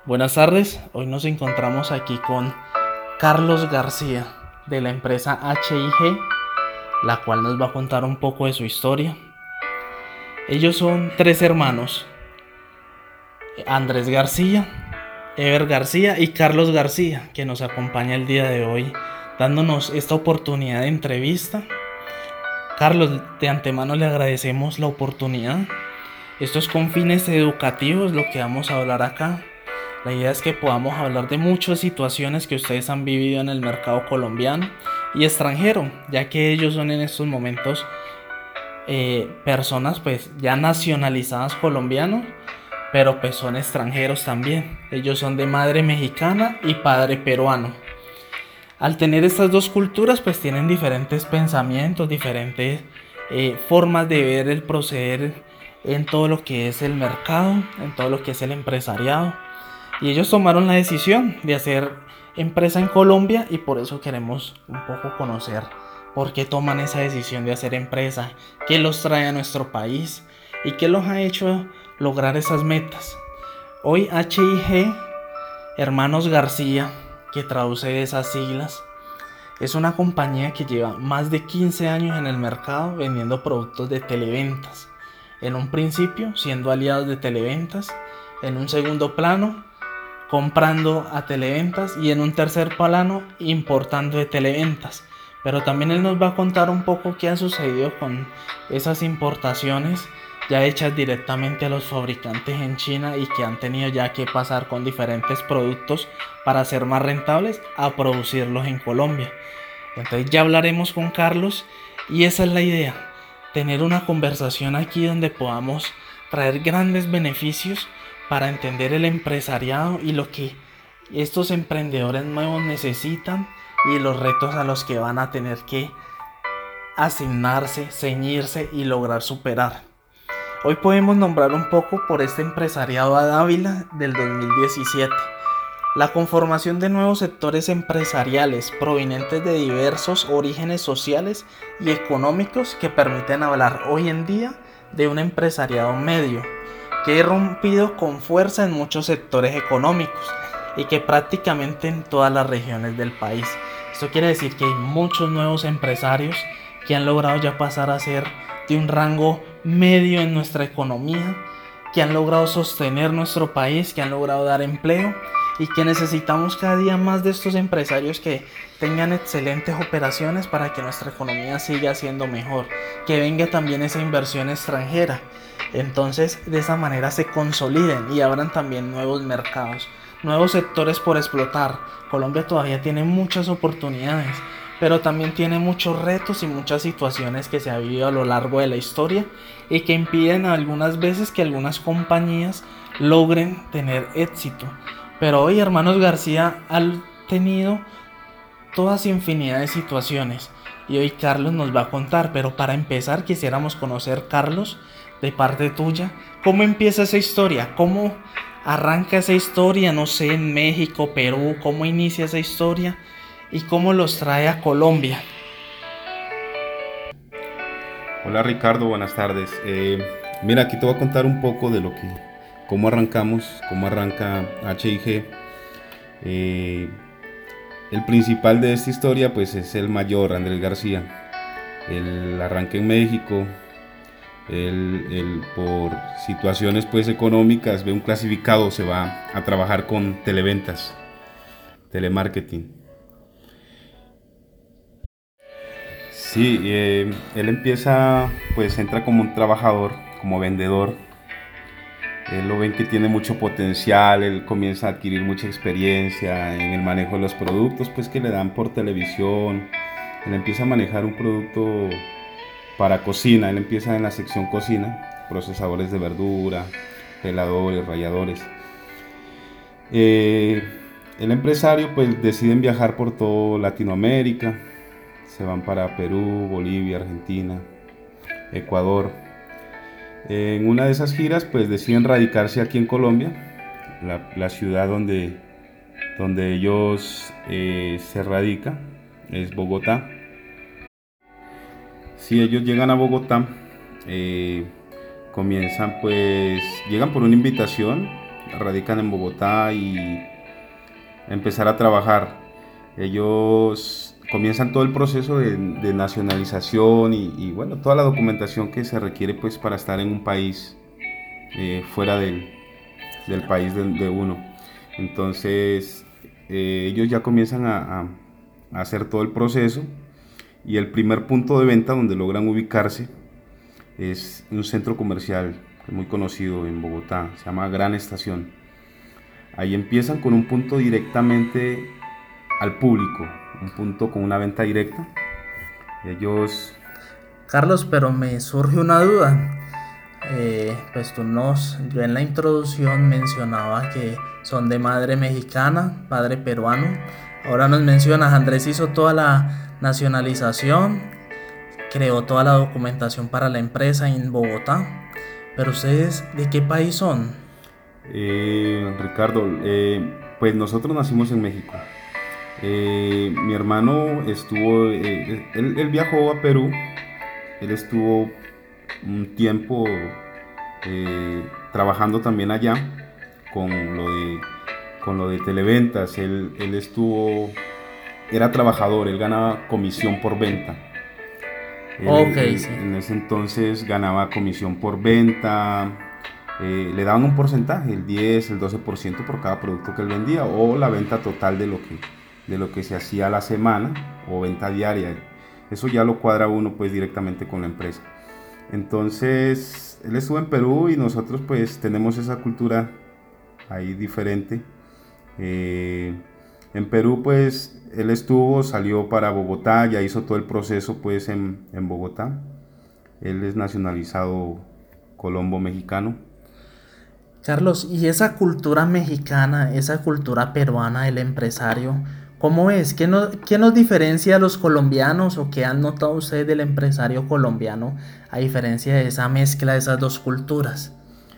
Buenas tardes, hoy nos encontramos aquí con Carlos García de la empresa HIG, la cual nos va a contar un poco de su historia. Ellos son tres hermanos, Andrés García, Ever García y Carlos García, que nos acompaña el día de hoy dándonos esta oportunidad de entrevista. Carlos, de antemano le agradecemos la oportunidad. Esto es con fines educativos lo que vamos a hablar acá. La idea es que podamos hablar de muchas situaciones que ustedes han vivido en el mercado colombiano y extranjero, ya que ellos son en estos momentos personas pues ya nacionalizadas colombianos, pero pues son extranjeros también. Ellos son de madre mexicana y padre peruano. Al tener estas dos culturas pues tienen diferentes pensamientos, diferentes formas de ver el proceder en todo lo que es el mercado, en todo lo que es el empresariado. Y ellos tomaron la decisión de hacer empresa en Colombia y por eso queremos un poco conocer por qué toman esa decisión de hacer empresa, qué los trae a nuestro país y qué los ha hecho lograr esas metas. Hoy HIG, Hermanos García, que traduce esas siglas, es una compañía que lleva más de 15 años en el mercado vendiendo productos de televentas. En un principio siendo aliados de televentas, en un segundo plano comprando a televentas y en un tercer plano importando de televentas. Pero también él nos va a contar un poco qué ha sucedido con esas importaciones ya hechas directamente a los fabricantes en China y que han tenido ya que pasar con diferentes productos para ser más rentables a producirlos en Colombia. Entonces ya hablaremos con Carlos y esa es la idea, tener una conversación aquí donde podamos traer grandes beneficios para entender el empresariado y lo que estos emprendedores nuevos necesitan y los retos a los que van a tener que asignarse, ceñirse y lograr superar. Hoy podemos nombrar un poco por este empresariado a Dávila del 2017. La conformación de nuevos sectores empresariales provenientes de diversos orígenes sociales y económicos que permiten hablar hoy en día de un empresariado medio, que ha irrumpido con fuerza en muchos sectores económicos y que prácticamente en todas las regiones del país. Esto quiere decir que hay muchos nuevos empresarios que han logrado ya pasar a ser de un rango medio en nuestra economía, que han logrado sostener nuestro país, que han logrado dar empleo y que necesitamos cada día más de estos empresarios que tengan excelentes operaciones para que nuestra economía siga siendo mejor, que venga también esa inversión extranjera. Entonces de esa manera se consoliden y abran también nuevos mercados, nuevos sectores por explotar. Colombia todavía tiene muchas oportunidades, pero también tiene muchos retos y muchas situaciones que se ha vivido a lo largo de la historia y que impiden algunas veces que algunas compañías logren tener éxito. Pero hoy Hermanos García han tenido todas infinidad de situaciones y hoy Carlos nos va a contar, pero para empezar quisiéramos conocer, Carlos, de parte tuya, cómo empieza esa historia, cómo arranca esa historia, no sé, en México, Perú, cómo inicia esa historia y cómo los trae a Colombia. Hola Ricardo, buenas tardes. Mira, aquí te voy a contar un poco de cómo arrancamos, cómo arranca HIG. Eh, el principal de esta historia pues es el mayor, Andrés García. Él arranca en México, él por situaciones pues económicas ve un clasificado, se va a trabajar con televentas, telemarketing. Sí, él empieza, pues entra como un trabajador, como vendedor. Él lo ven que tiene mucho potencial, él comienza a adquirir mucha experiencia en el manejo de los productos pues que le dan por televisión. Él empieza a manejar un producto para cocina, él empieza en la sección cocina, procesadores de verdura, peladores, ralladores. Eh, el empresario pues deciden viajar por toda Latinoamérica, se van para Perú, Bolivia, Argentina, Ecuador. En una de esas giras pues deciden radicarse aquí en Colombia, la ciudad donde ellos se radican es Bogotá. Si ellos llegan a Bogotá, eh, comienzan pues, llegan por una invitación radican en Bogotá y empezar a trabajar. Ellos comienzan todo el proceso de nacionalización y bueno, toda la documentación que se requiere pues para estar en un país fuera del país de uno. Entonces ellos ya comienzan a hacer todo el proceso y el primer punto de venta donde logran ubicarse es un centro comercial muy conocido en Bogotá, se llama Gran Estación. Ahí empiezan con un punto directamente al público, un punto con una venta directa. Ellos... Carlos, pero me surge una duda. Pues yo en la introducción mencionaba que son de madre mexicana, padre peruano. Ahora nos mencionas, Andrés hizo toda la nacionalización, creó toda la documentación para la empresa en Bogotá. Pero ustedes, ¿de qué país son? Ricardo, pues nosotros nacimos en México. Mi hermano estuvo, él viajó a Perú, él estuvo un tiempo trabajando también allá con lo de televentas. Él estuvo, era trabajador, él ganaba comisión por venta. Sí. En ese entonces ganaba comisión por venta, le daban un porcentaje, el 10, el 12% por cada producto que él vendía o la venta total de lo que se hacía a la semana o venta diaria. Eso ya lo cuadra uno pues directamente con la empresa. Entonces él estuvo en Perú y nosotros pues tenemos esa cultura ahí diferente. En Perú pues él estuvo, salió para Bogotá, ya hizo todo el proceso pues en Bogotá. Él es nacionalizado colombo mexicano. Carlos, ¿y esa cultura mexicana, esa cultura peruana del empresario, cómo es? ¿Qué nos diferencia a los colombianos o qué han notado ustedes del empresario colombiano a diferencia de esa mezcla de esas dos culturas?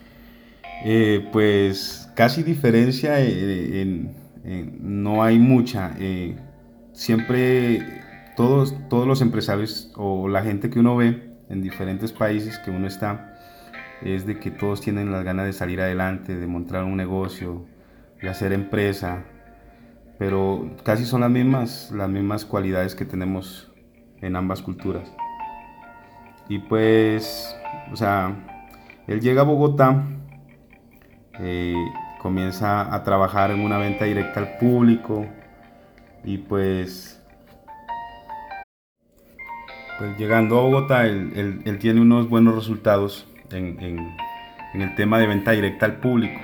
Pues casi diferencia no hay mucha. Siempre todos los empresarios o la gente que uno ve en diferentes países que uno está, es de que todos tienen las ganas de salir adelante, de montar un negocio, de hacer empresa, pero casi son las mismas cualidades que tenemos en ambas culturas. Y pues, o sea, él llega a Bogotá, eh, comienza a trabajar en una venta directa al público y pues llegando a Bogotá, él tiene unos buenos resultados en el tema de venta directa al público.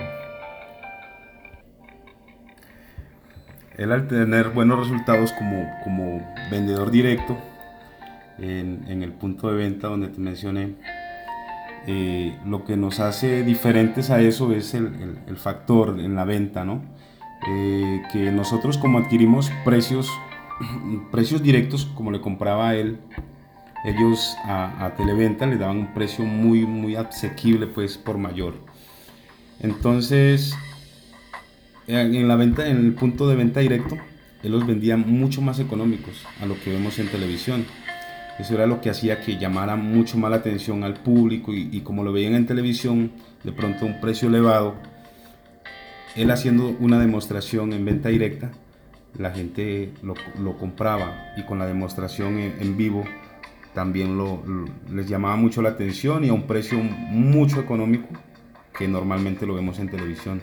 Él al tener buenos resultados como vendedor directo en el punto de venta donde te mencioné, lo que nos hace diferentes a eso es el factor en la venta, ¿no? Que nosotros como adquirimos precios directos como le compraba a él, ellos a Televenta le daban un precio muy asequible pues por mayor. Entonces en la venta, en el punto de venta directo, él los vendía mucho más económicos a lo que vemos en televisión. Eso era lo que hacía que llamara mucho más la atención al público y como lo veían en televisión, de pronto un precio elevado, él haciendo una demostración en venta directa, la gente lo compraba y con la demostración en vivo también les llamaba mucho la atención y a un precio mucho económico que normalmente lo vemos en televisión.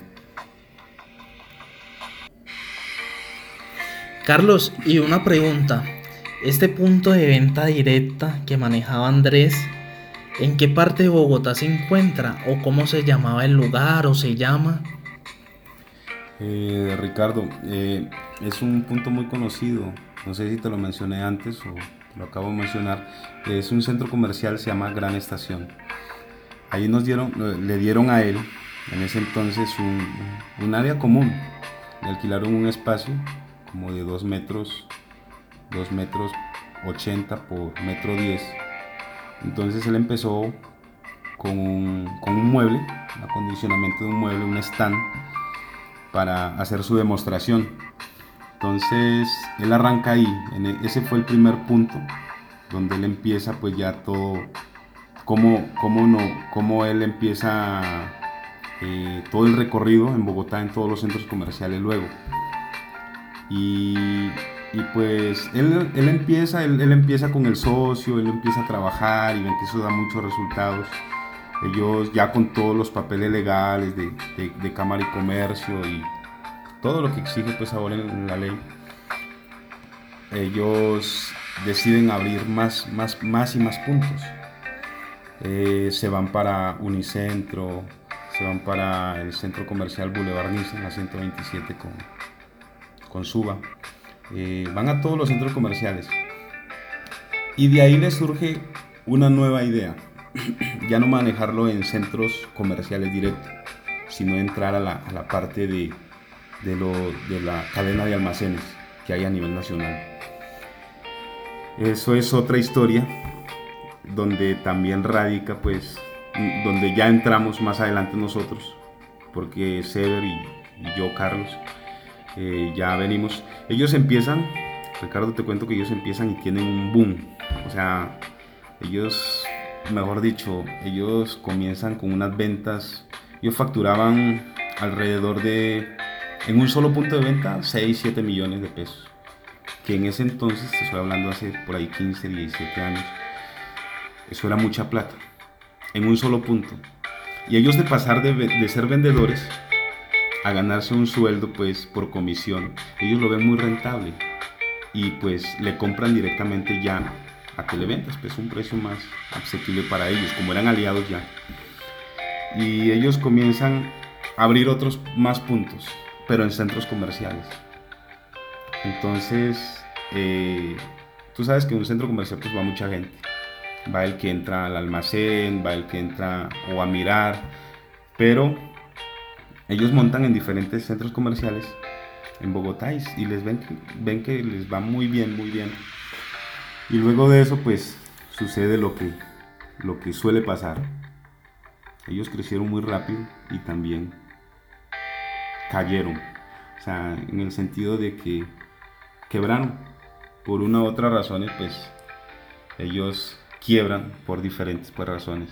Carlos, y una pregunta. Este punto de venta directa que manejaba Andrés, ¿en qué parte de Bogotá se encuentra? ¿O cómo se llamaba el lugar o se llama? Ricardo, es un punto muy conocido, no sé si te lo mencioné antes o lo acabo de mencionar, es un centro comercial, se llama Gran Estación. Ahí le dieron a él en ese entonces un área común, le alquilaron un espacio como de 2 metros 80 por metro 10. Entonces él empezó con un mueble, un acondicionamiento de un mueble, un stand para hacer su demostración. Entonces él arranca ahí, ese fue el primer punto donde él empieza pues ya todo, cómo él empieza todo el recorrido en Bogotá, en todos los centros comerciales luego. Y pues él empieza con el socio, él empieza a trabajar y ven que eso da muchos resultados. Ellos ya con todos los papeles legales de Cámara y Comercio y todo lo que exige pues ahora en la ley, ellos deciden abrir más y más puntos. Se van para Unicentro, se van para el centro comercial Boulevard Niza, en la 127 con Suba. Van a todos los centros comerciales. Y de ahí les surge una nueva idea. Ya no manejarlo en centros comerciales directos, sino entrar a la parte de la cadena de almacenes que hay a nivel nacional. Eso es otra historia donde también radica, pues, donde ya entramos más adelante nosotros, porque Sever y yo, Carlos, ya venimos. Ellos empiezan, Ricardo, te cuento que ellos empiezan y tienen un boom. O sea, ellos, mejor dicho, ellos comienzan con unas ventas. Ellos facturaban alrededor de, en un solo punto de venta, 6-7 millones de pesos. Que en ese entonces, te estoy hablando hace por ahí 15-17 años, eso era mucha plata, en un solo punto. Y ellos de pasar de ser vendedores a ganarse un sueldo pues por comisión, ellos lo ven muy rentable y pues le compran directamente ya a Televentas, pues un precio más asequible para ellos, como eran aliados ya. Y ellos comienzan a abrir otros más puntos, pero en centros comerciales. Entonces, tú sabes que en un centro comercial pues va mucha gente. Va el que entra al almacén, va el que entra o a mirar, pero ellos montan en diferentes centros comerciales en Bogotá y les ven que les va muy bien, muy bien. Y luego de eso pues sucede lo que suele pasar. Ellos crecieron muy rápido y también cayeron. O sea, en el sentido de que quebraron. Por una u otra razón, pues ellos quiebran por diferentes razones.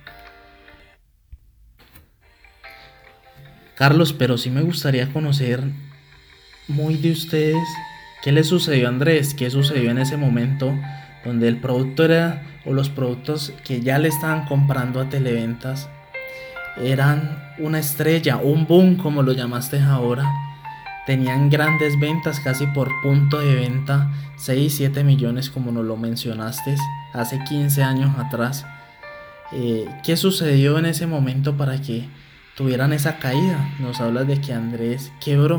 Carlos, pero sí me gustaría conocer muy de ustedes qué le sucedió a Andrés, qué sucedió en ese momento donde el producto era, o los productos que ya le estaban comprando a Televentas eran una estrella, un boom como lo llamaste ahora. Tenían grandes ventas, casi por punto de venta, 6-7 millones como nos lo mencionaste hace 15 años atrás. ¿Qué sucedió en ese momento para que tuvieran esa caída? Nos hablas de que Andrés quebró.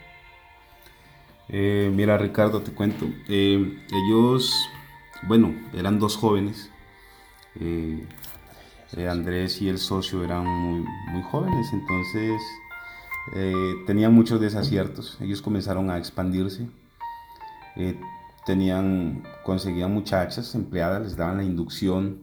Mira, Ricardo, te cuento. Ellos, bueno, eran dos jóvenes. Andrés y el socio eran muy jóvenes, entonces tenían muchos desaciertos. Ellos comenzaron a expandirse. Eh, conseguían muchachas empleadas, les daban la inducción.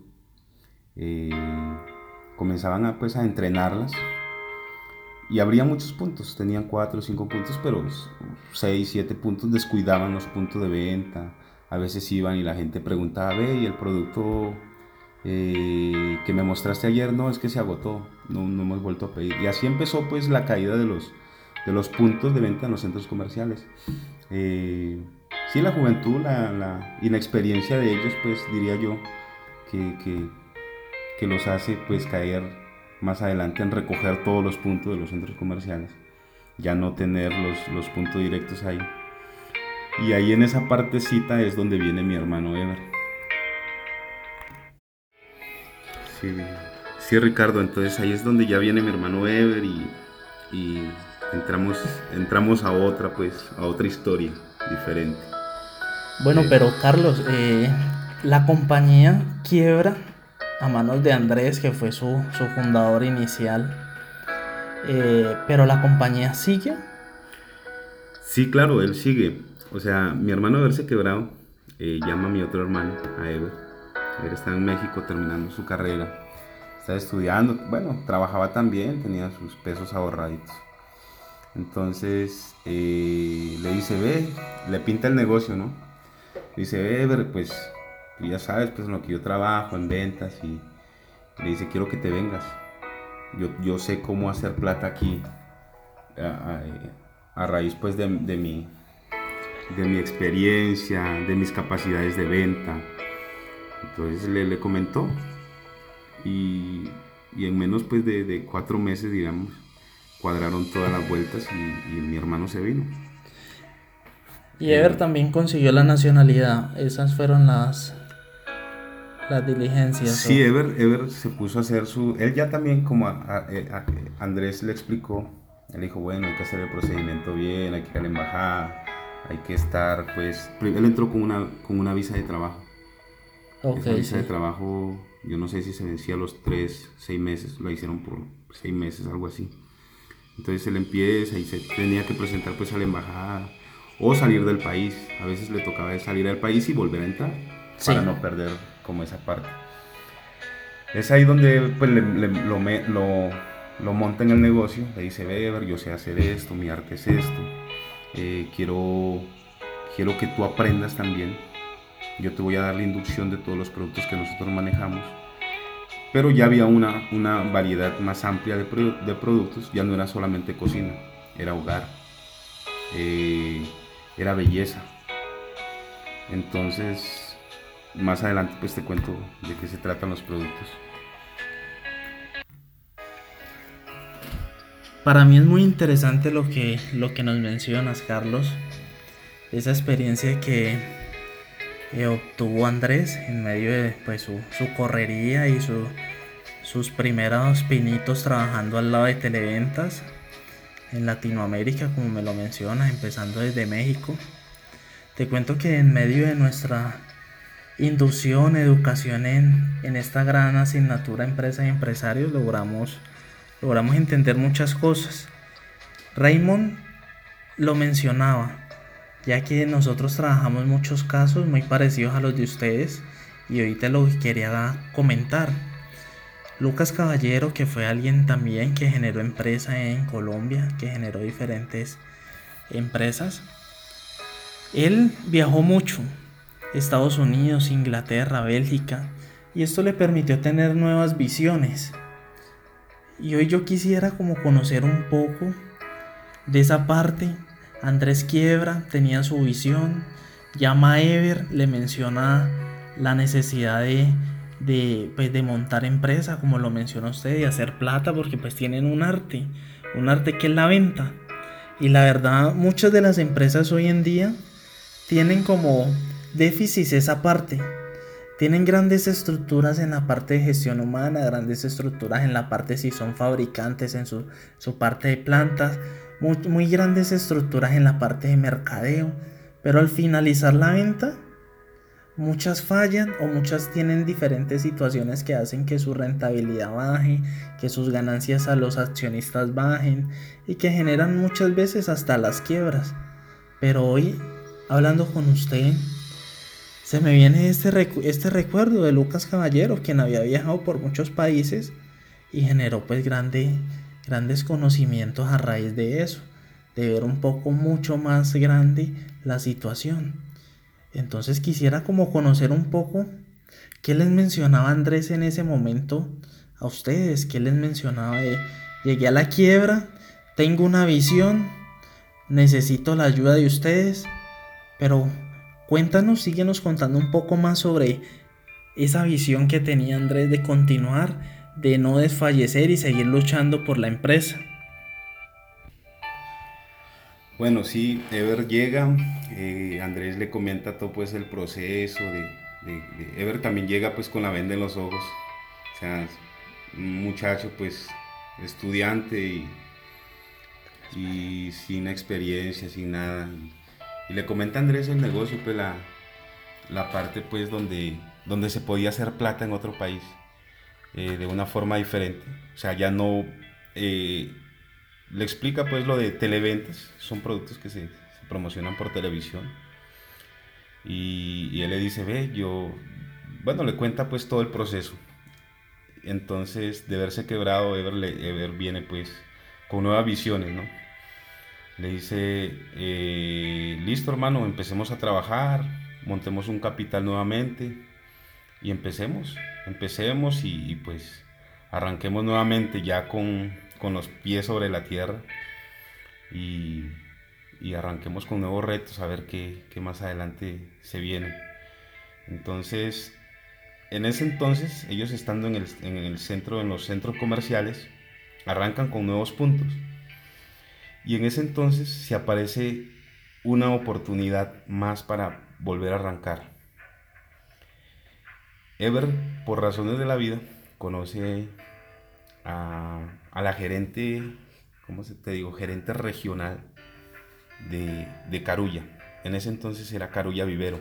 Comenzaban a entrenarlas y habría muchos puntos, tenían 4 o 5 puntos, pero 6-7 puntos, descuidaban los puntos de venta. A veces iban y la gente preguntaba, ve, ¿y el producto que me mostraste ayer? No, es que se agotó, no hemos vuelto a pedir. Y así empezó pues la caída de los puntos de venta en los centros comerciales. Sí, la juventud, la inexperiencia de ellos, pues diría yo que los hace pues caer más adelante en recoger todos los puntos de los centros comerciales, ya no tener los puntos directos ahí. Y ahí en esa partecita es donde viene mi hermano Ever. Sí, Ricardo, entonces ahí es donde ya viene mi hermano Ever y entramos a otra historia diferente. Bueno, pero Carlos, la compañía quiebra a manos de Andrés, que fue su fundador inicial, pero la compañía sigue. Sí, claro, él sigue. O sea, mi hermano haberse quebrado, llama a mi otro hermano, a Ever. Él está en México terminando su carrera, está estudiando, bueno, trabajaba también, tenía sus pesos ahorraditos. Entonces le dice, ve, le pinta el negocio, ¿no? Le dice, Ever, pues ya sabes, pues en lo que yo trabajo, en ventas, y le dice, quiero que te vengas. yo sé cómo hacer plata aquí a, a raíz pues de mi experiencia, de mis capacidades de venta. Entonces le comentó y, y en menos pues de 4 meses, digamos, cuadraron todas las vueltas y mi hermano se vino. Y Ever también consiguió la nacionalidad. Esas fueron las diligencias. Sí, Ever se puso a hacer su... Él ya también, como Andrés le explicó, él dijo, bueno, hay que hacer el procedimiento bien, hay que ir a la embajada, hay que estar, pues... Él entró con una visa de trabajo. Ok, Esa visa de sí. trabajo, yo no sé si se vencía a los 6 meses, lo hicieron por 6 meses, algo así. Entonces él empieza y se tenía que presentar pues a la embajada o salir del país. A veces le tocaba salir del país y volver a entrar para Sí. no perder como esa parte. Es ahí donde pues, lo monta en el negocio. Le dice, Weber, yo sé hacer esto, mi arte es esto. Quiero que tú aprendas también. Yo te voy a dar la inducción de todos los productos que nosotros manejamos. Pero ya había una variedad más amplia de productos. Ya no era solamente cocina, era hogar, eh, era belleza. Entonces, más adelante pues te cuento de qué se tratan los productos. Para mí es muy interesante lo que nos mencionas, Carlos. Esa experiencia que obtuvo Andrés en medio de pues, su correría y sus primeros pinitos trabajando al lado de Televentas en Latinoamérica, como me lo mencionas, empezando desde México. Te cuento que en medio de nuestra inducción, educación en esta gran asignatura Empresa y Empresarios, logramos entender muchas cosas. Raymond lo mencionaba, ya que nosotros trabajamos muchos casos muy parecidos a los de ustedes y hoy te lo quería comentar. Lucas Caballero, que fue alguien también que generó empresa en Colombia, que generó diferentes empresas, él viajó mucho, Estados Unidos, Inglaterra, Bélgica, y esto le permitió tener nuevas visiones. Y hoy yo quisiera como conocer un poco de esa parte. Andrés Quiebra tenía su visión, llama a Ever, le menciona la necesidad pues, de montar empresa, como lo menciona usted, y hacer plata, porque pues tienen un arte que es la venta. Y la verdad, muchas de las empresas hoy en día tienen como déficit esa parte. Tienen grandes estructuras en la parte de gestión humana, grandes estructuras en la parte si son fabricantes, en su parte de plantas, muy grandes estructuras en la parte de mercadeo. Pero al finalizar la venta, muchas fallan o muchas tienen diferentes situaciones que hacen que su rentabilidad baje, que sus ganancias a los accionistas bajen y que generan muchas veces hasta las quiebras. Pero hoy, hablando con usted, se me viene este recuerdo de Lucas Caballero, quien había viajado por muchos países y generó pues grandes conocimientos a raíz de eso, de ver un poco mucho más grande la situación. Entonces quisiera como conocer un poco qué les mencionaba Andrés en ese momento a ustedes, qué les mencionaba de llegué a la quiebra, tengo una visión, necesito la ayuda de ustedes, pero cuéntanos, síguenos contando un poco más sobre esa visión que tenía Andrés de continuar, de no desfallecer y seguir luchando por la empresa. Bueno, sí, Ever llega, Andrés le comenta todo pues el proceso Ever también llega pues con la venda en los ojos, o sea, un muchacho pues estudiante y sin experiencia, sin nada, y le comenta a Andrés el negocio, pues la parte pues donde se podía hacer plata en otro país, de una forma diferente, o sea, ya no... le explica pues lo de televentas, son productos que se promocionan por televisión. Y él le dice, ve, bueno, le cuenta pues todo el proceso. Entonces, de verse quebrado, Ever viene pues con nuevas visiones, ¿no? Le dice, listo hermano, empecemos a trabajar, montemos un capital nuevamente y empecemos y pues arranquemos nuevamente ya con los pies sobre la tierra y, y arranquemos con nuevos retos a ver qué más adelante se viene. Entonces, en ese entonces, ellos estando en el centro, en los centros comerciales, arrancan con nuevos puntos. Y en ese entonces se aparece una oportunidad más para volver a arrancar. Ever, por razones de la vida, conoce a la gerente, ¿cómo te digo? Gerente regional de Carulla. En ese entonces era Carulla Vivero.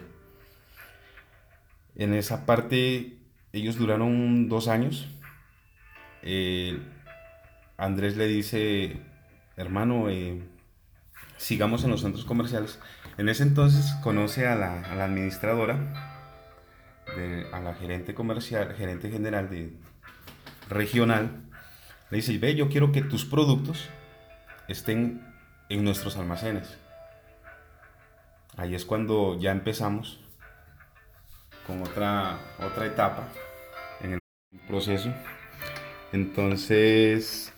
En esa parte ellos duraron 2 años. Eh, Andrés le dice, hermano, sigamos en los centros comerciales. En ese entonces conoce a la administradora, a la gerente comercial, gerente general de regional. Le dice, ve, yo quiero que tus productos estén en nuestros almacenes. Ahí es cuando ya empezamos con otra etapa en el proceso. Entonces,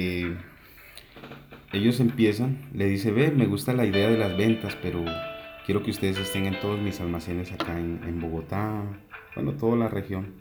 ellos empiezan, le dice, ve, me gusta la idea de las ventas, pero quiero que ustedes estén en todos mis almacenes acá en Bogotá, bueno, toda la región.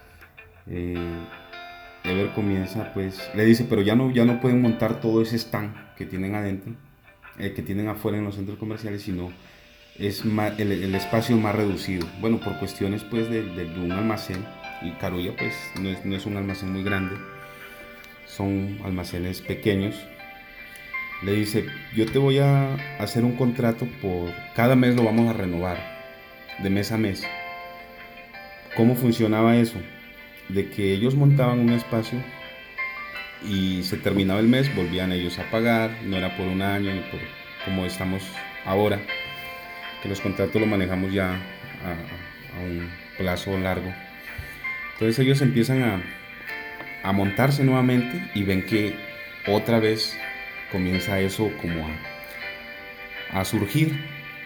Ever comienza, pues, le dice, pero ya no pueden montar todo ese stand que tienen adentro, que tienen afuera en los centros comerciales, sino es más, el espacio más reducido. Bueno, por cuestiones, pues, de un almacén, y Carulla, pues, no es un almacén muy grande, son almacenes pequeños. Le dice, yo te voy a hacer un contrato por cada mes, lo vamos a renovar, de mes a mes. ¿Cómo funcionaba eso? De que ellos montaban un espacio y se terminaba el mes, volvían ellos a pagar, no era por un año ni por como estamos ahora, que los contratos los manejamos ya a un plazo largo. Entonces ellos empiezan a montarse nuevamente y ven que otra vez comienza eso como a surgir.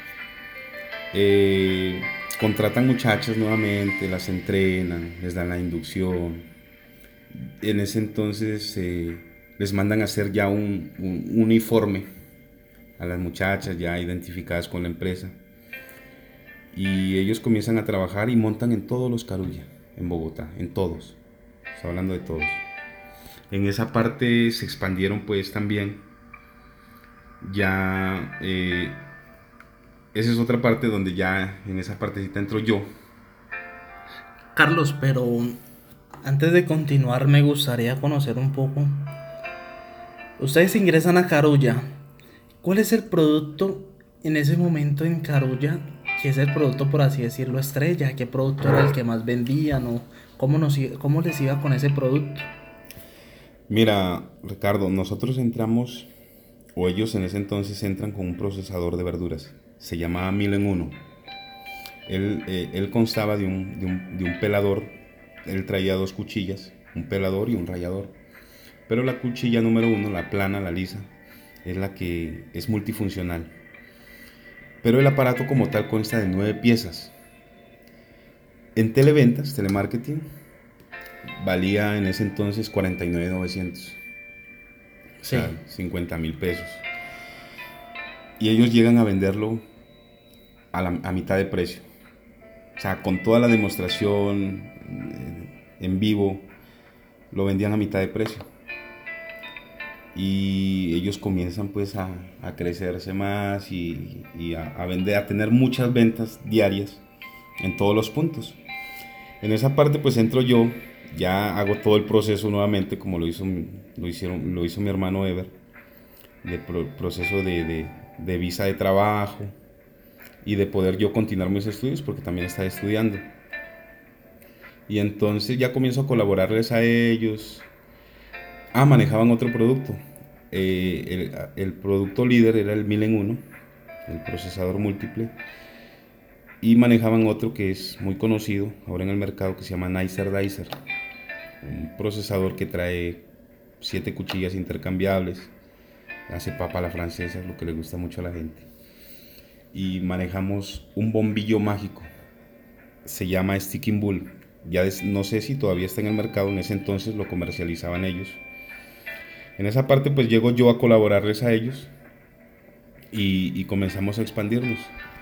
Contratan muchachas nuevamente, las entrenan, les dan la inducción. En ese entonces les mandan a hacer ya un uniforme a las muchachas ya identificadas con la empresa. Y ellos comienzan a trabajar y montan en todos los Carulla, en Bogotá, en todos. Estoy hablando de todos. En esa parte se expandieron pues también. Ya esa es otra parte donde ya en esa partecita entro yo. Carlos, pero antes de continuar me gustaría conocer un poco. Ustedes ingresan a Carulla. ¿Cuál es el producto en ese momento en Carulla? ¿Qué es el producto, por así decirlo, estrella? ¿Qué producto era el que más vendían? ¿O cómo les iba con ese producto? Mira, Ricardo, nosotros entramos, o ellos en ese entonces entran con un procesador de verduras. Se llamaba 1000 en 1. Él constaba de un pelador. Él traía 2 cuchillas, un pelador y un rallador. Pero la cuchilla número 1, la plana, la lisa, es la que es multifuncional. Pero el aparato como tal consta de 9 piezas. En televentas, telemarketing, valía en ese entonces 49,900. O Sí. sea, 50,000 pesos. Y ellos llegan a venderlo a mitad de precio. O sea, con toda la demostración en vivo, lo vendían a mitad de precio. Y ellos comienzan pues a crecerse más y a vender, a tener muchas ventas diarias en todos los puntos. En esa parte pues entro yo, ya hago todo el proceso nuevamente como lo hizo mi hermano Ever, de proceso de visa de trabajo y de poder yo continuar mis estudios porque también estaba estudiando. Y entonces ya comienzo a colaborarles a ellos. Manejaban otro producto. El producto líder era el 1000 en 1, el procesador múltiple. Y manejaban otro que es muy conocido ahora en el mercado que se llama Nicer Dicer. Un procesador que trae 7 cuchillas intercambiables. Hace papa a la francesa, lo que le gusta mucho a la gente. Y manejamos un bombillo mágico. Se llama Sticking Bull. no sé si todavía está en el mercado, en ese entonces lo comercializaban ellos. En esa parte pues llego yo a colaborarles a ellos y comenzamos a expandirnos.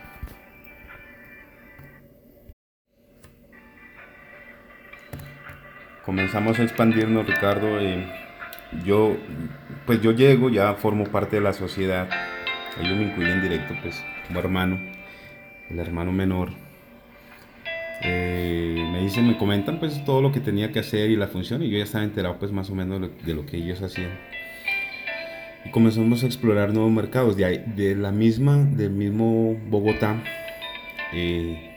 Comenzamos a expandirnos, Ricardo. Yo, pues yo llego, ya formo parte de la sociedad. Ellos me incluyen directo, pues, como hermano, el hermano menor. Me comentan pues todo lo que tenía que hacer y la función, y yo ya estaba enterado pues más o menos de lo que ellos hacían. Y comenzamos a explorar nuevos mercados. Del mismo Bogotá, eh,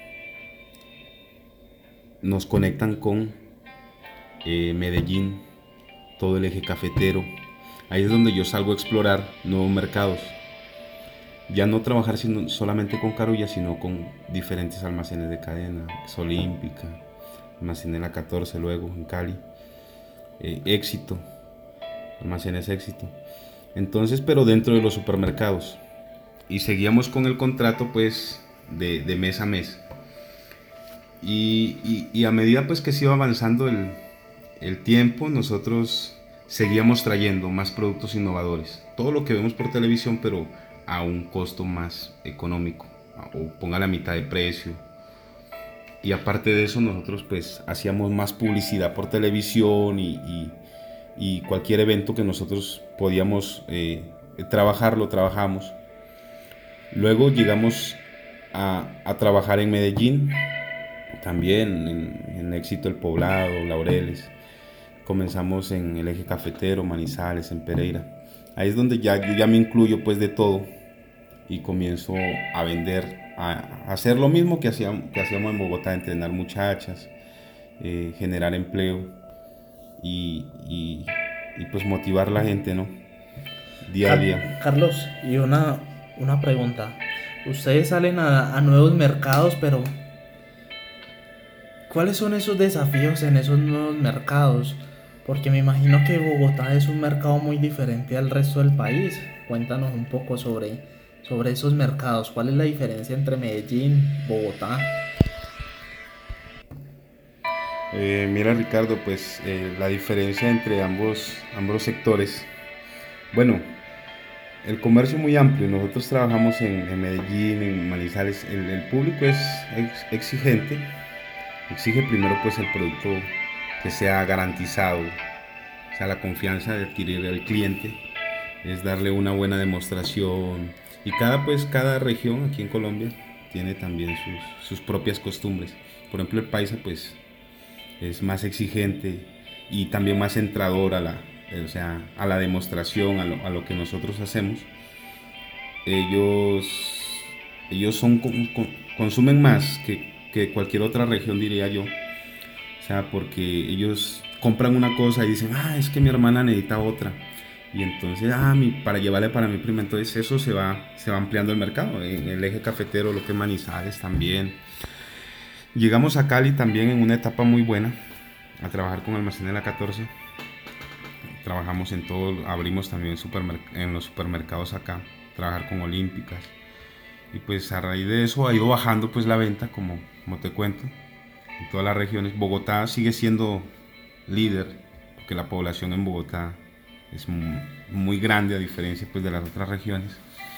nos conectan con Medellín, todo el eje cafetero. Ahí es donde yo salgo a explorar nuevos mercados. Ya no trabajar solamente con Carulla, sino con diferentes almacenes de cadena, Olímpica, almacenes La 14 luego en Cali, Éxito, almacenes Éxito. Entonces, pero dentro de los supermercados. Y seguíamos con el contrato pues de mes a mes. Y a medida pues que se iba avanzando el tiempo, nosotros seguíamos trayendo más productos innovadores. Todo lo que vemos por televisión, pero a un costo más económico, o ponga la mitad de precio. Y aparte de eso, nosotros pues hacíamos más publicidad por televisión y cualquier evento que nosotros podíamos trabajar, lo trabajamos. Luego llegamos a trabajar en Medellín, también en Éxito El Poblado, Laureles. Comenzamos en el eje cafetero, Manizales, en Pereira. Ahí es donde yo ya me incluyo pues de todo y comienzo a vender, a hacer lo mismo que hacíamos en Bogotá, entrenar muchachas, generar empleo y pues motivar a la gente, ¿no? Día a día. Carlos, y una pregunta. Ustedes salen a nuevos mercados, pero ¿cuáles son esos desafíos en esos nuevos mercados? Porque me imagino que Bogotá es un mercado muy diferente al resto del país. Cuéntanos un poco sobre esos mercados. ¿Cuál es la diferencia entre Medellín, Bogotá? Mira Ricardo, pues la diferencia entre ambos sectores. Bueno, el comercio es muy amplio. Nosotros trabajamos en Medellín, en Manizales. El público es exigente. Exige primero pues el producto que sea garantizado, o sea, la confianza de adquirir al cliente, es darle una buena demostración. Y cada región aquí en Colombia tiene también sus propias costumbres. Por ejemplo, el paisa pues es más exigente y también más centrador o sea, a la demostración, a lo que nosotros hacemos. Ellos, ellos consumen más que cualquier otra región, diría yo. O sea, porque ellos compran una cosa y dicen, es que mi hermana necesita otra. Y entonces, para llevarle para mi prima. Entonces eso se va ampliando el mercado. En el eje cafetero, lo que es Manizales también. Llegamos a Cali también en una etapa muy buena, a trabajar con Almacén La 14. Trabajamos en todo, abrimos también en los supermercados acá, trabajar con Olímpicas. Y pues a raíz de eso ha ido bajando pues la venta, como te cuento, en todas las regiones. Bogotá sigue siendo líder, porque la población en Bogotá es muy grande a diferencia pues de las otras regiones.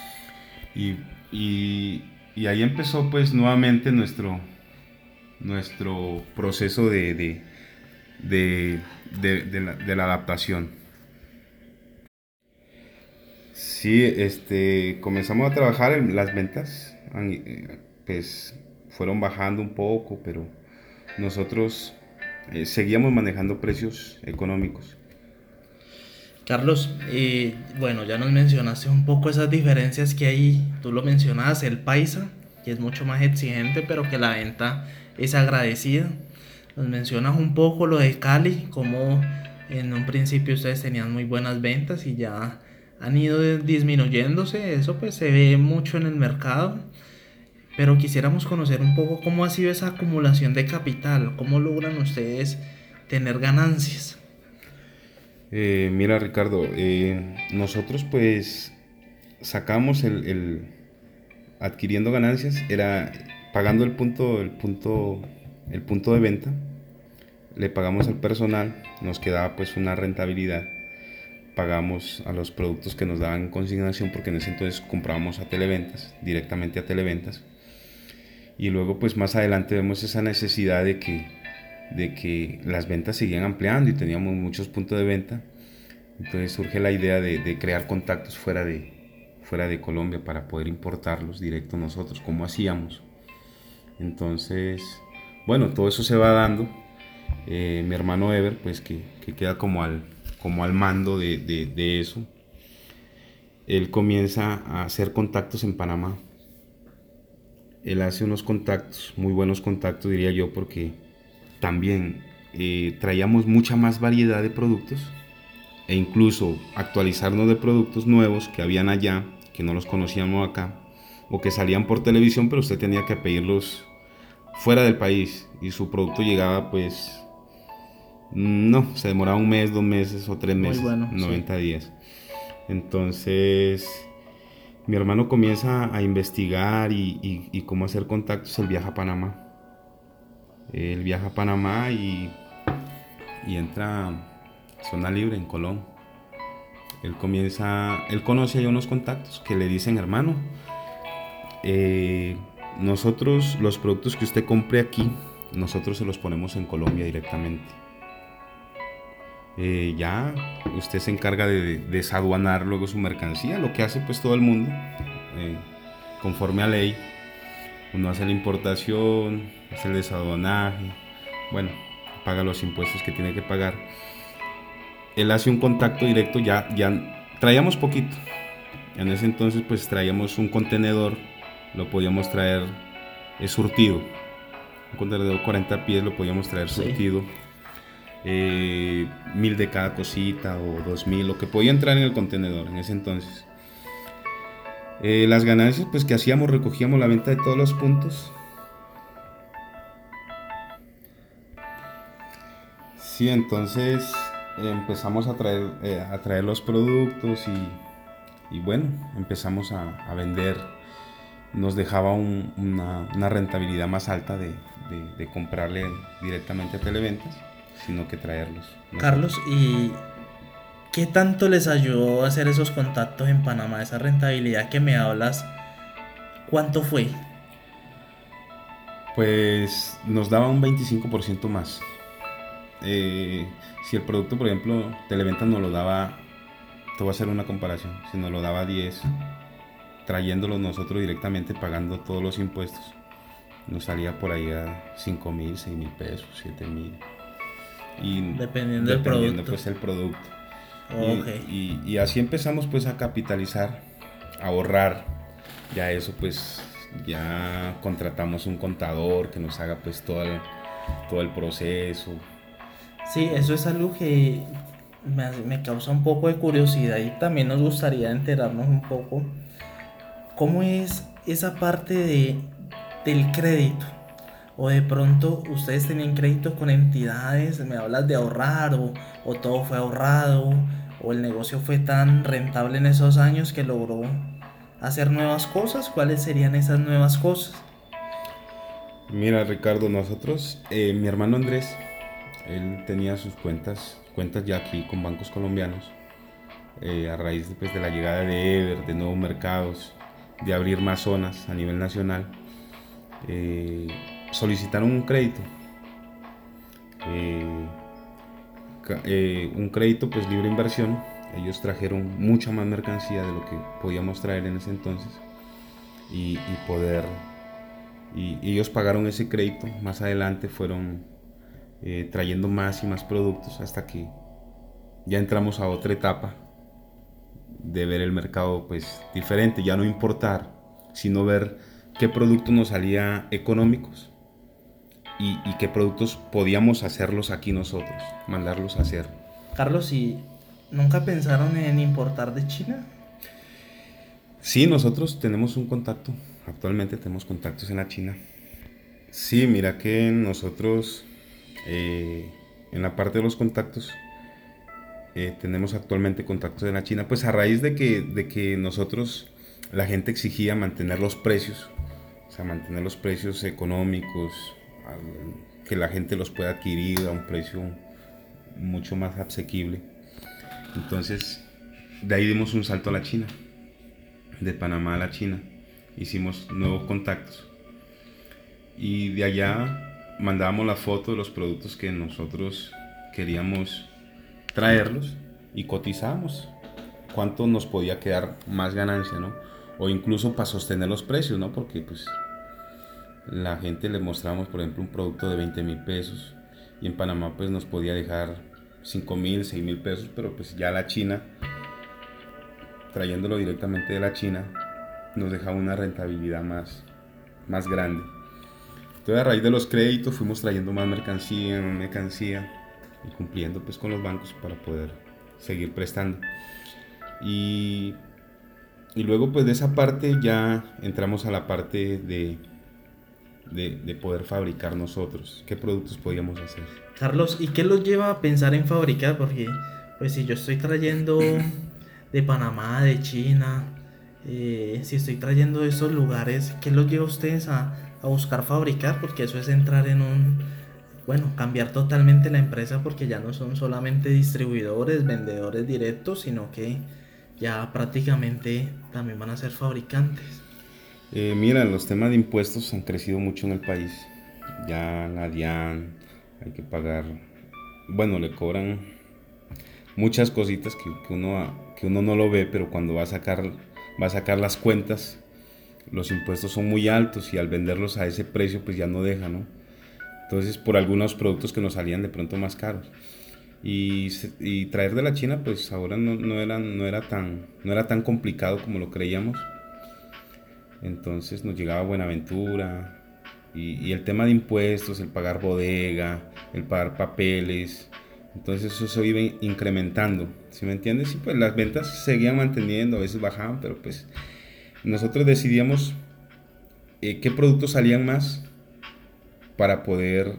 Y ahí empezó pues nuevamente nuestro proceso de la adaptación. Sí, comenzamos a trabajar en las ventas, pues fueron bajando un poco, pero nosotros seguíamos manejando precios económicos. Carlos, bueno, ya nos mencionaste un poco esas diferencias que hay. Tú lo mencionabas, el paisa, que es mucho más exigente, pero que la venta es agradecida. Nos mencionas un poco lo de Cali, como en un principio ustedes tenían muy buenas ventas y ya han ido disminuyéndose. Eso pues se ve mucho en el mercado. Pero quisiéramos conocer un poco cómo ha sido esa acumulación de capital, cómo logran ustedes tener ganancias. Mira Ricardo, nosotros pues sacamos adquiriendo ganancias, era pagando el punto de venta, le pagamos al personal, nos quedaba pues una rentabilidad, pagamos a los productos que nos daban consignación, porque en ese entonces comprábamos a Televentas, directamente a Televentas, y luego pues más adelante vemos esa necesidad de que las ventas seguían ampliando y teníamos muchos puntos de venta. Entonces surge la idea de crear contactos fuera de Colombia para poder importarlos directo nosotros, como hacíamos. Entonces, bueno, todo eso se va dando. Mi hermano Ever, pues que queda como al mando de eso, él comienza a hacer contactos en Panamá. Él hace unos contactos, muy buenos contactos diría yo, porque también traíamos mucha más variedad de productos e incluso actualizarnos de productos nuevos que habían allá, que no los conocíamos acá, o que salían por televisión, pero usted tenía que pedirlos fuera del país y su producto llegaba pues, no, se demoraba un mes, 2 meses o 3 meses, Muy bueno, 90 días. Entonces mi hermano comienza a investigar y cómo hacer contactos. Él viaja a Panamá. Él viaja a Panamá y entra a zona libre en Colón. Él conoce ahí unos contactos que le dicen, hermano, nosotros los productos que usted compre aquí, nosotros se los ponemos en Colombia directamente. Ya usted se encarga de desaduanar luego su mercancía, lo que hace pues todo el mundo, conforme a ley. Uno hace la importación, hace el desaduanaje, bueno, paga los impuestos que tiene que pagar. Él hace un contacto directo, ya traíamos poquito. En ese entonces pues traíamos un contenedor, lo podíamos traer surtido. Un contenedor de 40 pies lo podíamos traer surtido. Sí. 1000 de cada cosita o 2000, lo que podía entrar en el contenedor en ese entonces. Las ganancias pues que hacíamos, recogíamos la venta de todos los puntos. Sí, entonces empezamos a traer los productos y bueno, empezamos a vender. Nos dejaba una rentabilidad más alta de comprarle directamente a Televentas, sino que traerlos. Carlos, ¿y qué tanto les ayudó a hacer esos contactos en Panamá? Esa rentabilidad que me hablas, ¿cuánto fue? Pues nos daba un 25% más. Si el producto, por ejemplo, Televentas nos lo daba, te voy a hacer una comparación, si nos lo daba 10, trayéndolo nosotros directamente, pagando todos los impuestos, nos salía por ahí a 5,000, 6,000 pesos, 7,000. Y dependiendo del producto. Pues el producto. Okay. Y así empezamos pues a capitalizar, a ahorrar. Ya eso pues ya contratamos un contador que nos haga pues todo el proceso. Sí, eso es algo que me causa un poco de curiosidad y también nos gustaría enterarnos un poco cómo es esa parte del crédito. O de pronto ustedes tenían créditos con entidades, me hablas de ahorrar o todo fue ahorrado o el negocio fue tan rentable en esos años que logró hacer nuevas cosas. ¿Cuáles serían esas nuevas cosas? Mira, Ricardo, nosotros, mi hermano Andrés, él tenía sus cuentas ya aquí con bancos colombianos, a raíz pues, de la llegada de Ever, de nuevos mercados, de abrir más zonas a nivel nacional. Solicitaron un crédito, un crédito pues libre inversión. Ellos trajeron mucha más mercancía de lo que podíamos traer en ese entonces y ellos pagaron ese crédito. Más adelante fueron trayendo más y más productos hasta que ya entramos a otra etapa de ver el mercado pues diferente, ya no importar, sino ver qué productos nos salía económicos y qué productos podíamos hacerlos aquí nosotros, mandarlos a hacer. Carlos, ¿y nunca pensaron en importar de China? Sí, nosotros tenemos un contacto, actualmente tenemos contactos en la China. Sí, mira que nosotros en la parte de los contactos tenemos actualmente contactos en la China, pues a raíz de que nosotros, la gente exigía mantener los precios, o sea, mantener los precios económicos que la gente los pueda adquirir a un precio mucho más asequible. Entonces, de ahí dimos un salto a la China, de Panamá a la China. Hicimos nuevos contactos y de allá mandábamos la foto de los productos que nosotros queríamos traerlos y cotizábamos cuánto nos podía quedar más ganancia, ¿no? O incluso para sostener los precios, ¿no? Porque pues la gente le mostramos, por ejemplo, un producto de 20,000 pesos y en Panamá pues nos podía dejar 5,000, 6,000 pesos, pero pues ya la China, trayéndolo directamente de la China, nos dejaba una rentabilidad más grande. Entonces a raíz de los créditos fuimos trayendo más mercancía y cumpliendo pues con los bancos para poder seguir prestando. Y luego pues de esa parte ya entramos a la parte de poder fabricar nosotros. ¿Qué productos podíamos hacer? Carlos, ¿y qué los lleva a pensar en fabricar? Porque pues si yo estoy trayendo de Panamá, de China, si estoy trayendo de esos lugares, ¿qué los lleva a ustedes a buscar fabricar? Porque eso es entrar en cambiar totalmente la empresa, porque ya no son solamente distribuidores, vendedores directos, sino que ya prácticamente también van a ser fabricantes. Mira, los temas de impuestos han crecido mucho en el país. Ya la DIAN, hay que pagar, le cobran muchas cositas que uno no lo ve, pero cuando va a sacar las cuentas, los impuestos son muy altos y al venderlos a ese precio pues ya no deja, ¿no? Entonces por algunos productos que nos salían de pronto más caros. Y traer de la China pues ahora no era tan complicado como lo creíamos. Entonces nos llegaba Buenaventura y el tema de impuestos, el pagar bodega, el pagar papeles, entonces eso se iba incrementando, ¿sí me entiendes? Y pues las ventas se seguían manteniendo, a veces bajaban, pero pues nosotros decidíamos qué productos salían más para poder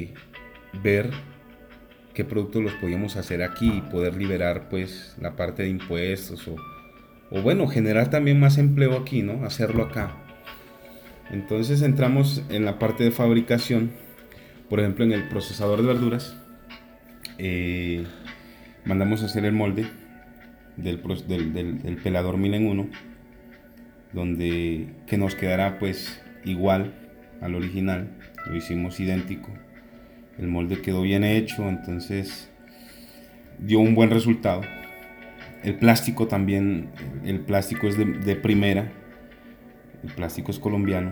ver qué productos los podíamos hacer aquí y poder liberar pues la parte de impuestos o generar también más empleo aquí, ¿no? Hacerlo acá. Entonces entramos en la parte de fabricación, por ejemplo en el procesador de verduras, mandamos a hacer el molde del pelador 1000 en 1, que nos quedará pues igual al original, lo hicimos idéntico, el molde quedó bien hecho, entonces dio un buen resultado. El plástico también, el plástico es de primera, el plástico es colombiano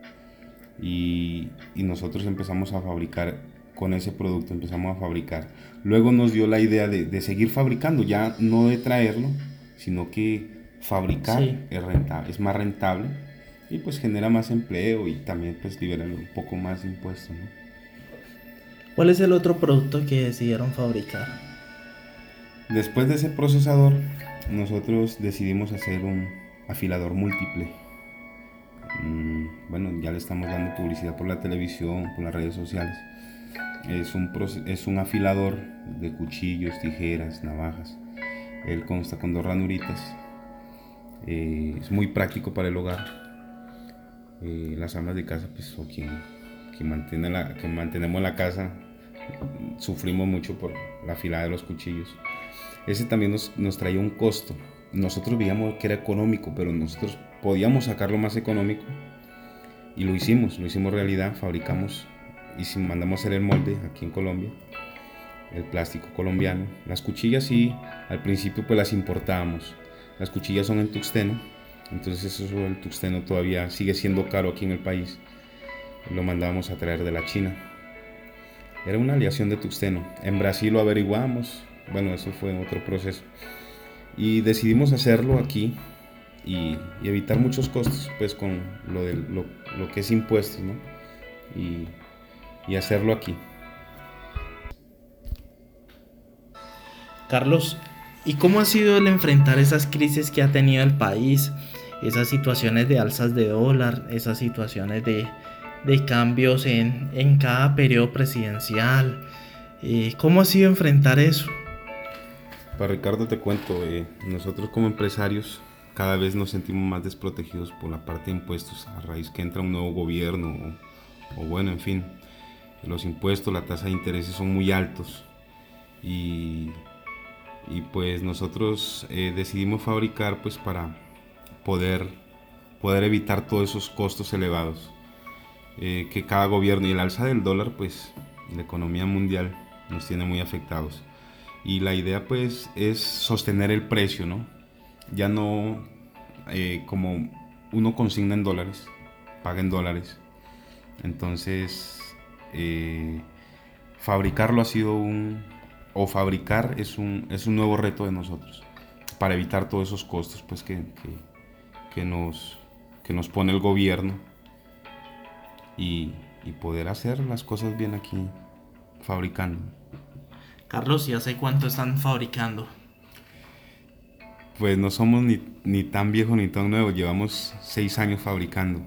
y nosotros empezamos a fabricar con ese producto, Luego nos dio la idea de seguir fabricando, ya no de traerlo, sino que fabricar Sí. es más rentable y pues genera más empleo y también pues libera un poco más de impuestos, ¿no? ¿Cuál es el otro producto que decidieron fabricar? Después de ese procesador, nosotros decidimos hacer un afilador múltiple. Ya le estamos dando publicidad por la televisión, por las redes sociales. Es un afilador de cuchillos, tijeras, navajas. Él consta con 2 ranuritas. Es muy práctico para el hogar. Las amas de casa, pues, o que mantenemos la casa, sufrimos mucho por la afilada de los cuchillos. Ese también nos traía un costo. Nosotros veíamos que era económico, pero nosotros podíamos sacarlo más económico y lo hicimos realidad, fabricamos y mandamos a hacer el molde aquí en Colombia, el plástico colombiano. Las cuchillas sí, al principio pues las importábamos. Las cuchillas son en tuxteno, entonces eso el tuxteno todavía sigue siendo caro aquí en el país. Lo mandábamos a traer de la China. Era una aleación de tuxteno. En Brasil lo averiguamos. Eso fue otro proceso. Y decidimos hacerlo aquí y evitar muchos costos, pues con lo que es impuestos, ¿no? Y hacerlo aquí. Carlos, ¿y cómo ha sido el enfrentar esas crisis que ha tenido el país? Esas situaciones de alzas de dólar, esas situaciones de cambios en cada periodo presidencial. ¿Cómo ha sido enfrentar eso? Para Ricardo te cuento, nosotros como empresarios cada vez nos sentimos más desprotegidos por la parte de impuestos a raíz que entra un nuevo gobierno en fin. los impuestos, la tasa de intereses son muy altos y pues nosotros decidimos fabricar pues para poder evitar todos esos costos elevados que cada gobierno, y el alza del dólar pues la economía mundial nos tiene muy afectados, y la idea pues es sostener el precio, ¿no? Ya no como uno consigna en dólares, paga en dólares, entonces fabricarlo ha sido fabricar es un nuevo reto de nosotros para evitar todos esos costos pues que nos pone el gobierno, y poder hacer las cosas bien aquí fabricando. Carlos, ¿y hace cuánto están fabricando? Pues no somos ni tan viejos ni tan nuevos, llevamos 6 años fabricando,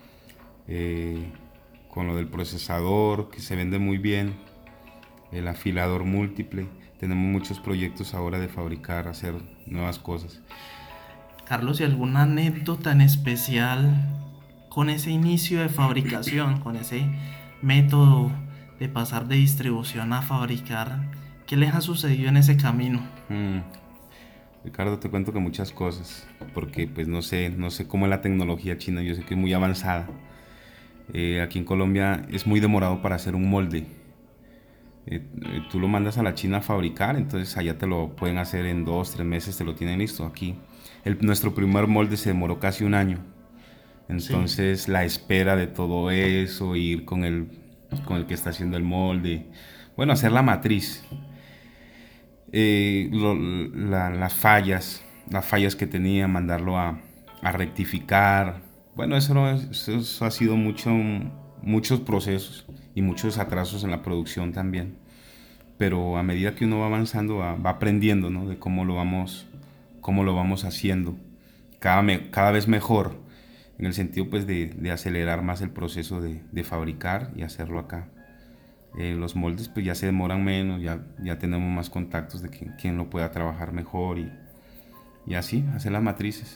con lo del procesador que se vende muy bien, el afilador múltiple, tenemos muchos proyectos ahora de fabricar, hacer nuevas cosas. Carlos, ¿y alguna anécdota en especial con ese inicio de fabricación, con ese método de pasar de distribución a fabricar? ¿Qué les ha sucedido en ese camino? Ricardo, te cuento que muchas cosas, porque pues no sé cómo es la tecnología china, yo sé que es muy avanzada. Aquí en Colombia es muy demorado para hacer un molde. Tú lo mandas a la China a fabricar, entonces allá te lo pueden hacer en 2-3 meses, te lo tienen listo. Aquí nuestro primer molde se demoró casi un año. Entonces sí, la espera de todo eso, ir con el que está haciendo el molde, bueno, hacer la matriz, las fallas que tenía, mandarlo a rectificar. Bueno, eso ha sido muchos procesos y muchos atrasos en la producción también. Pero a medida que uno va avanzando, va aprendiendo, ¿no? De cómo lo vamos haciendo. Cada vez mejor, en el sentido pues de acelerar más el proceso de fabricar y hacerlo acá. Los moldes pues ya se demoran menos, ya tenemos más contactos de quién lo pueda trabajar mejor, y así hacer las matrices,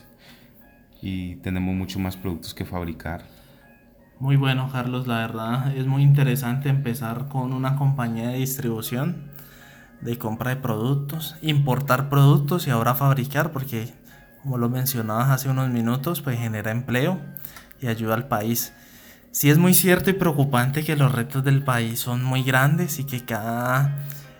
y tenemos mucho más productos que fabricar. Muy bueno, Carlos, la verdad es muy interesante empezar con una compañía de distribución, de compra de productos, importar productos y ahora fabricar, porque como lo mencionabas hace unos minutos, pues genera empleo y ayuda al país. Sí, es muy cierto y preocupante que los retos del país son muy grandes y que cada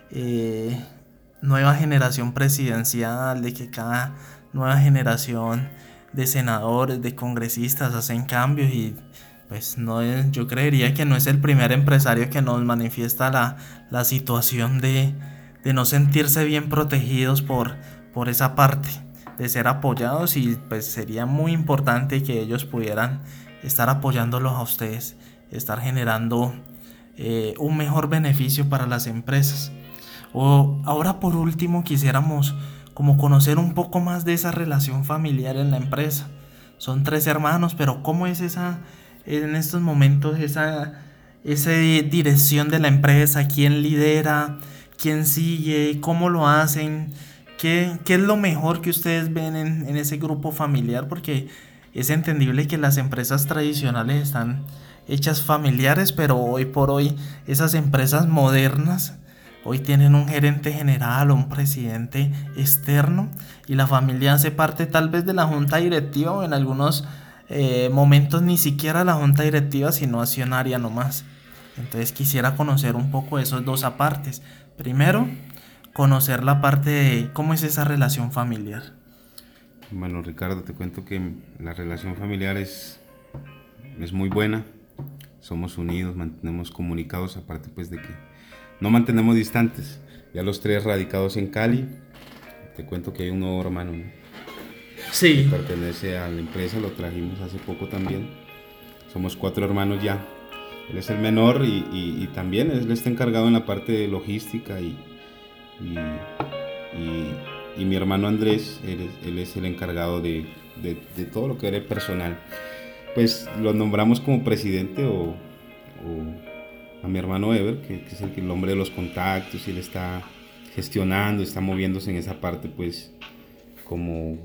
nueva generación presidencial, de que cada nueva generación de senadores, de congresistas hacen cambios, y pues yo creería que no es el primer empresario que nos manifiesta la situación de no sentirse bien protegidos por esa parte, de ser apoyados, y pues sería muy importante que ellos pudieran estar apoyándolos a ustedes, estar generando un mejor beneficio para las empresas. Ahora por último quisiéramos como conocer un poco más de esa relación familiar en la empresa. Son 3 hermanos, pero ¿cómo es en estos momentos esa dirección de la empresa? ¿Quién lidera? ¿Quién sigue? ¿Cómo lo hacen? ¿Qué es lo mejor que ustedes ven en ese grupo familiar? Porque es entendible que las empresas tradicionales están hechas familiares, pero hoy por hoy esas empresas modernas hoy tienen un gerente general o un presidente externo, y la familia hace parte tal vez de la junta directiva, o en algunos momentos ni siquiera la junta directiva, sino accionaria nomás. Entonces quisiera conocer un poco de esos dos apartes. Primero, conocer la parte de cómo es esa relación familiar. Bueno, Ricardo, te cuento que la relación familiar es muy buena. Somos unidos, mantenemos comunicados, aparte pues de que no mantenemos distantes. Ya los 3 radicados en Cali. Te cuento que hay un nuevo hermano, ¿no? Sí. Que pertenece a la empresa, lo trajimos hace poco también. Somos 4 hermanos ya. Él es el menor y también él está encargado en la parte de logística, y mi hermano Andrés, él es el encargado de todo lo que era el personal. Pues lo nombramos como presidente o a mi hermano Ever, que es el hombre de los contactos, y él está gestionando, está moviéndose en esa parte, pues como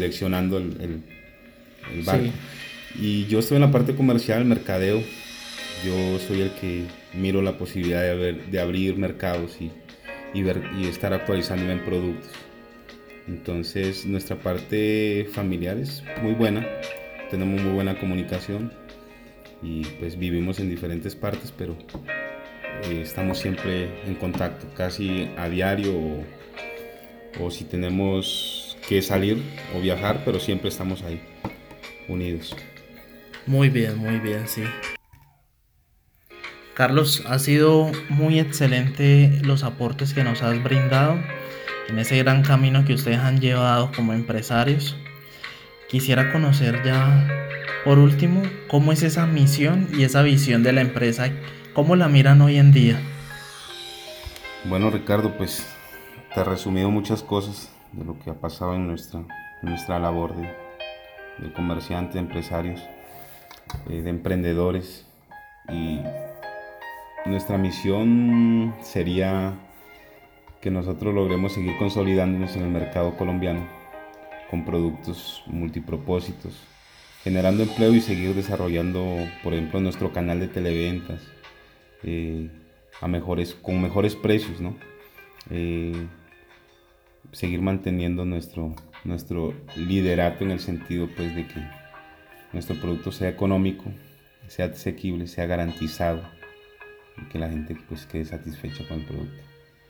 direccionando el barco. Sí. Y yo estoy en la parte comercial, mercadeo, Yo soy el que miro la posibilidad de abrir mercados y estar actualizando en productos. Entonces nuestra parte familiar es muy buena, tenemos muy buena comunicación y pues vivimos en diferentes partes, pero estamos siempre en contacto, casi a diario o si tenemos que salir o viajar, pero siempre estamos ahí, unidos. Muy bien, sí. Carlos, ha sido muy excelente los aportes que nos has brindado en ese gran camino que ustedes han llevado como empresarios. Quisiera conocer ya, por último, cómo es esa misión y esa visión de la empresa, cómo la miran hoy en día. Bueno, Ricardo, pues te he resumido muchas cosas de lo que ha pasado en nuestra labor de comerciantes, de empresarios, de emprendedores. Y nuestra misión sería que nosotros logremos seguir consolidándonos en el mercado colombiano con productos multipropósitos, generando empleo y seguir desarrollando, por ejemplo, nuestro canal de televentas eh, con mejores precios, ¿no? Seguir manteniendo nuestro liderato en el sentido pues de que nuestro producto sea económico, sea asequible, sea garantizado y que la gente pues quede satisfecha con el producto.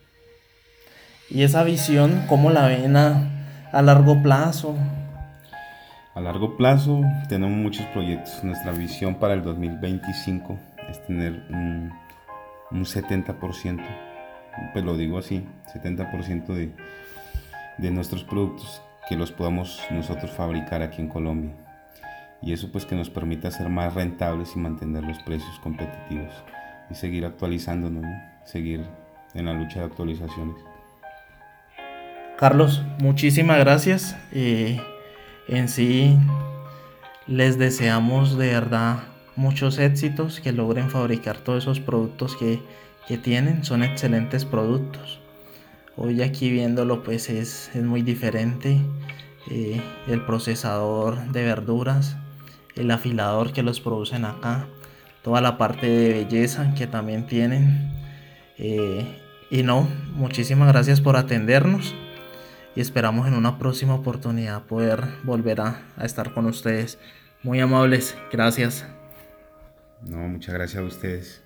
Y esa visión, ¿cómo la ven a largo plazo? A largo plazo tenemos muchos proyectos. Nuestra visión para el 2025 es tener un 70%, pues lo digo así, 70% de nuestros productos que los podamos nosotros fabricar aquí en Colombia. Y eso pues que nos permita ser más rentables y mantener los precios competitivos y seguir actualizándonos, ¿no? Seguir en la lucha de actualizaciones. Carlos, muchísimas gracias. En sí, les deseamos de verdad muchos éxitos, que logren fabricar todos esos productos que tienen. Son excelentes productos. Hoy aquí viéndolo pues es muy diferente. El procesador de verduras, el afilador que los producen acá, toda la parte de belleza que también tienen. Y no, muchísimas gracias por atendernos y esperamos en una próxima oportunidad poder volver a estar con ustedes. Muy amables, gracias. No, muchas gracias a ustedes.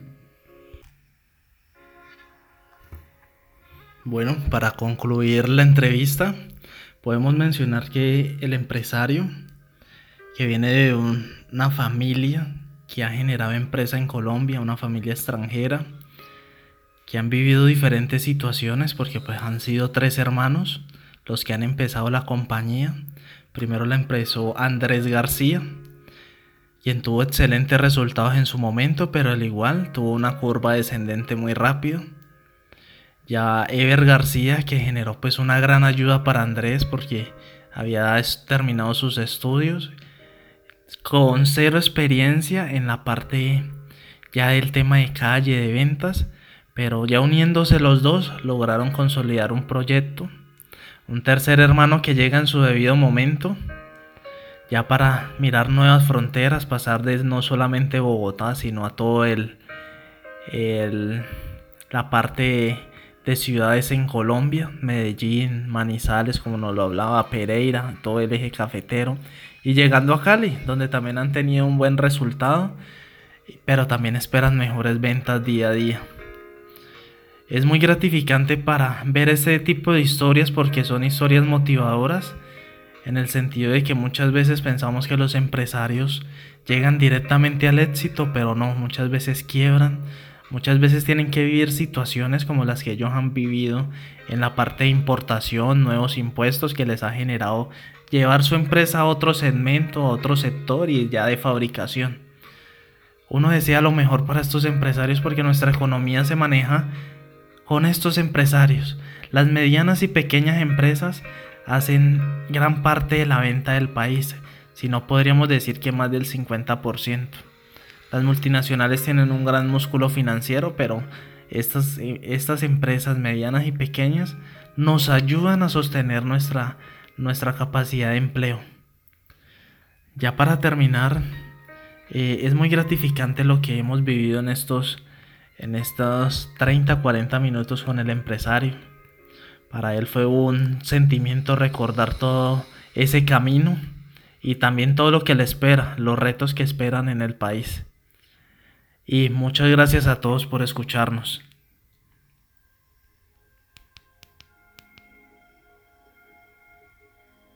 Bueno, para concluir la entrevista, podemos mencionar que el empresario que viene de una familia que ha generado empresa en Colombia, una familia extranjera, que han vivido diferentes situaciones porque pues han sido 3 hermanos los que han empezado la compañía. Primero la empezó Andrés García, quien tuvo excelentes resultados en su momento, pero al igual tuvo una curva descendente muy rápido. Ya Ever García, que generó pues una gran ayuda para Andrés porque había terminado sus estudios con 0 experiencia en la parte ya del tema de calle, de ventas, pero ya uniéndose los dos lograron consolidar un proyecto. Un tercer hermano que llega en su debido momento, ya para mirar nuevas fronteras, pasar de no solamente Bogotá, sino a todo la parte de ciudades en Colombia, Medellín, Manizales, como nos lo hablaba, Pereira, todo el eje cafetero, y llegando a Cali, donde también han tenido un buen resultado, pero también esperan mejores ventas día a día. Es muy gratificante para ver ese tipo de historias porque son historias motivadoras, en el sentido de que muchas veces pensamos que los empresarios llegan directamente al éxito, pero no, muchas veces quiebran, muchas veces tienen que vivir situaciones como las que ellos han vivido en la parte de importación, nuevos impuestos que les ha generado llevar su empresa a otro segmento, a otro sector y ya de fabricación. Uno desea lo mejor para estos empresarios porque nuestra economía se maneja con estos empresarios. Las medianas y pequeñas empresas hacen gran parte de la venta del país, si no podríamos decir que más del 50%. Las multinacionales tienen un gran músculo financiero, pero estas empresas medianas y pequeñas nos ayudan a sostener nuestra capacidad de empleo. Ya para terminar, Es muy gratificante lo que hemos vivido en estos 30, 40 minutos con el empresario. Para él fue un sentimiento recordar todo ese camino y también todo lo que le espera, los retos que esperan en el país. Y muchas gracias a todos por escucharnos.